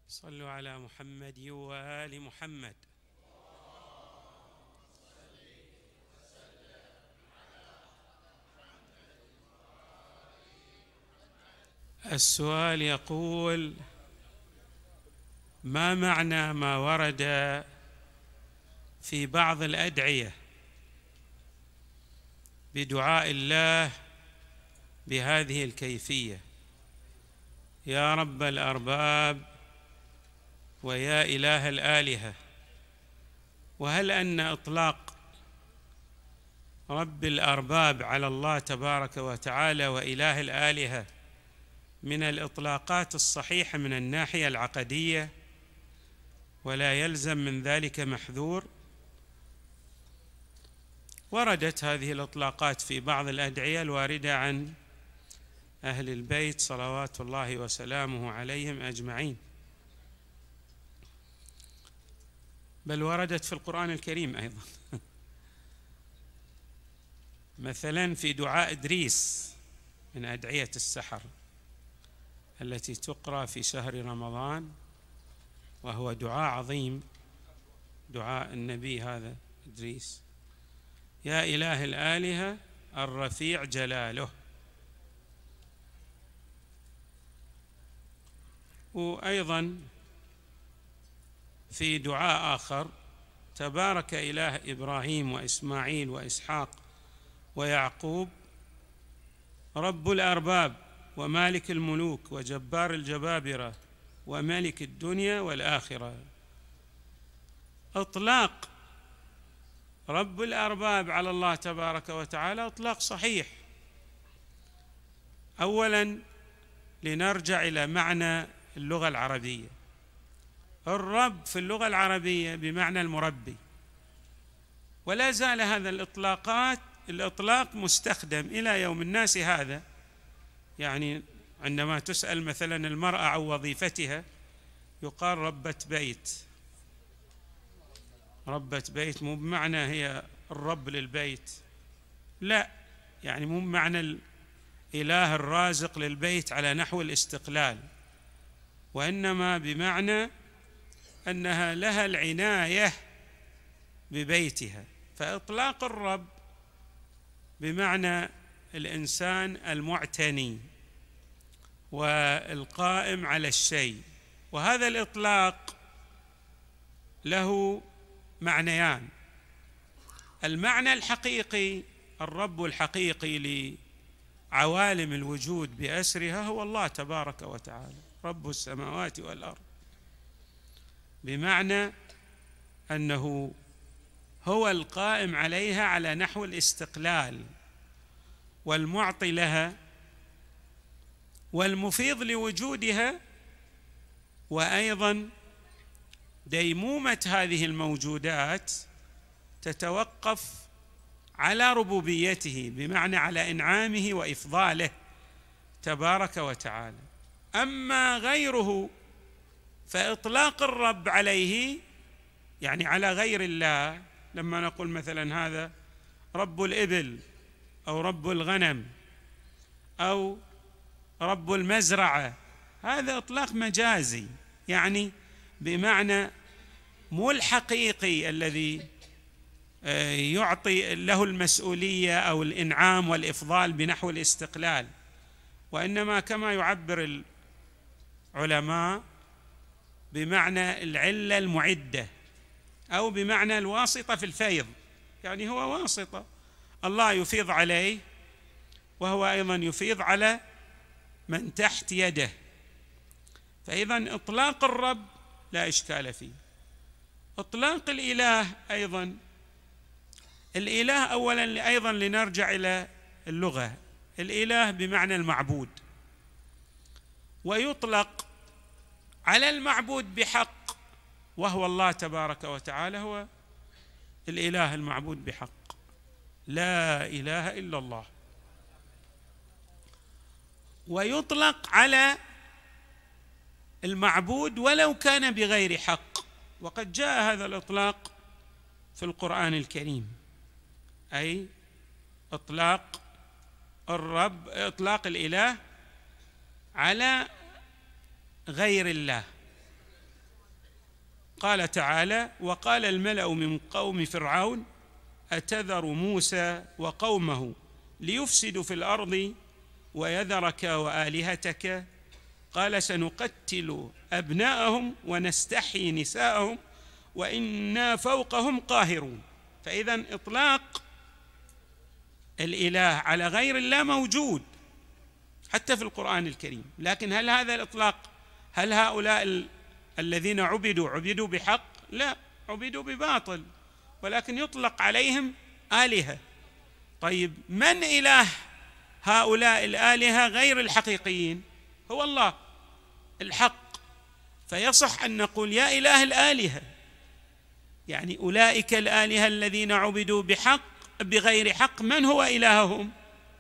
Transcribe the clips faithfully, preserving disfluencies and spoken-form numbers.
صلوا على محمد وآل محمد. السؤال يقول: ما معنى ما ورد في بعض الأدعية بدعاء الله بهذه الكيفية: يا رب الأرباب ويا إله الآلهة؟ وهل أن إطلاق رب الأرباب على الله تبارك وتعالى وإله الآلهة من الإطلاقات الصحيحة من الناحية العقدية، ولا يلزم من ذلك محذور؟ وردت هذه الإطلاقات في بعض الأدعية الواردة عن أهل البيت صلوات الله وسلامه عليهم أجمعين، بل وردت في القرآن الكريم أيضا. مثلا في دعاء إدريس من أدعية السحر التي تقرأ في شهر رمضان، وهو دعاء عظيم، دعاء النبي هذا إدريس: يا إله الآلهة الرفيع جلاله. وأيضا في دعاء آخر: تبارك إله إبراهيم وإسماعيل وإسحاق ويعقوب رب الأرباب ومالك الملوك وجبار الجبابرة وملك الدنيا والآخرة. إطلاق رب الأرباب على الله تبارك وتعالى إطلاق صحيح. أولاً لنرجع إلى معنى اللغة العربية. الرب في اللغة العربية بمعنى المربي، ولا زال هذا الإطلاقات الإطلاق مستخدم إلى يوم الناس هذا. يعني عندما تسأل مثلا المرأة عن وظيفتها يقال ربة بيت. ربة بيت مو بمعنى هي الرب للبيت، لا، يعني مو بمعنى الإله الرازق للبيت على نحو الاستقلال، وإنما بمعنى أنها لها العناية ببيتها. فإطلاق الرب بمعنى الإنسان المعتني والقائم على الشيء. وهذا الإطلاق له معنيان: المعنى الحقيقي، الرب الحقيقي لعوالم الوجود بأسرها هو الله تبارك وتعالى رب السماوات والأرض، بمعنى أنه هو القائم عليها على نحو الاستقلال والمعطي لها والمفيض لوجودها، وأيضا ديمومة هذه الموجودات تتوقف على ربوبيته، بمعنى على إنعامه وإفضاله تبارك وتعالى. أما غيره فإطلاق الرب عليه يعني على غير الله، لما نقول مثلا هذا رب الإبل أو رب الغنم أو رب المزرعة، هذا إطلاق مجازي، يعني بمعنى مو الحقيقي الذي يعطي له المسؤولية أو الإنعام والإفضال بنحو الاستقلال، وإنما كما يعبر العلماء بمعنى العلة المعدة أو بمعنى الواسطة في الفيض. يعني هو واسطة، الله يفيض عليه وهو أيضا يفيض على من تحت يده. فإذا إطلاق الرب لا إشكال فيه. إطلاق الإله أيضا، الإله أولا أيضا لنرجع إلى اللغة، الإله بمعنى المعبود، ويطلق على المعبود بحق، وهو الله تبارك وتعالى هو الإله المعبود بحق، لا إله إلا الله. ويطلق على المعبود ولو كان بغير حق، وقد جاء هذا الإطلاق في القرآن الكريم، أي إطلاق الرب، إطلاق الإله على غير الله. قال تعالى: وقال الملأ من قوم فرعون أتذر موسى وقومه ليفسدوا في الأرض ويذرك وآلهتك قال سنقتل أبناءهم ونستحيي نساءهم وإنا فوقهم قاهرون. فإذا إطلاق الإله على غير الله موجود حتى في القرآن الكريم، لكن هل هذا الإطلاق هل هؤلاء ال... الذين عبدوا عبدوا بحق؟ لا، عبدوا بباطل، ولكن يطلق عليهم آلهة. طيب من إله هؤلاء الآلهة غير الحقيقيين؟ هو الله الحق. فيصح أن نقول يا إله الآلهة، يعني أولئك الآلهة الذين عبدوا بحق بغير حق، من هو إلههم؟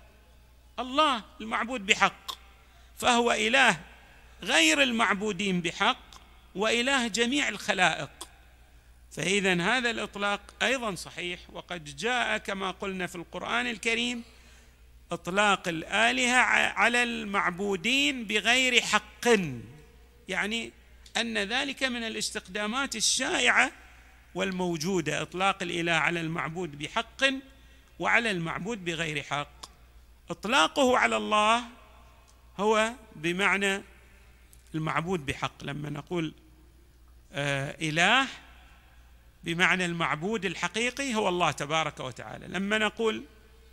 الله المعبود بحق، فهو إله غير المعبودين بحق وإله جميع الخلائق. فإذن هذا الإطلاق أيضا صحيح، وقد جاء كما قلنا في القرآن الكريم إطلاق الآلهة على المعبودين بغير حق، يعني أن ذلك من الاستخدامات الشائعة والموجودة، إطلاق الإله على المعبود بحق وعلى المعبود بغير حق. إطلاقه على الله هو بمعنى المعبود بحق، لما نقول آه إله بمعنى المعبود الحقيقي هو الله تبارك وتعالى. لما نقول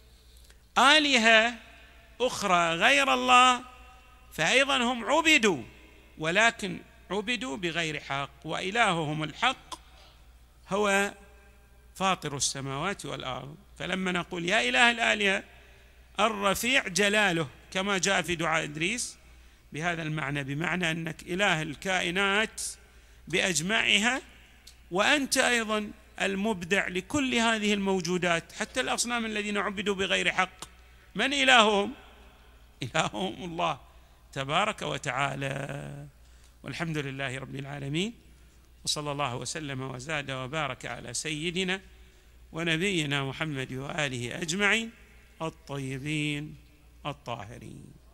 آلهة أخرى غير الله فأيضا هم عبدوا، ولكن عبدوا بغير حق، وإلههم الحق هو فاطر السماوات والأرض. فلما نقول يا إله الآلهة الرفيع جلاله كما جاء في دعاء إدريس بهذا المعنى، بمعنى أنك إله الكائنات بأجمعها، وأنت أيضا المبدع لكل هذه الموجودات، حتى الأصنام الذين عبدوا بغير حق من إلههم؟ إلههم الله تبارك وتعالى. والحمد لله رب العالمين، وصلى الله وسلم وزاد وبارك على سيدنا ونبينا محمد وآله أجمعين الطيبين الطاهرين.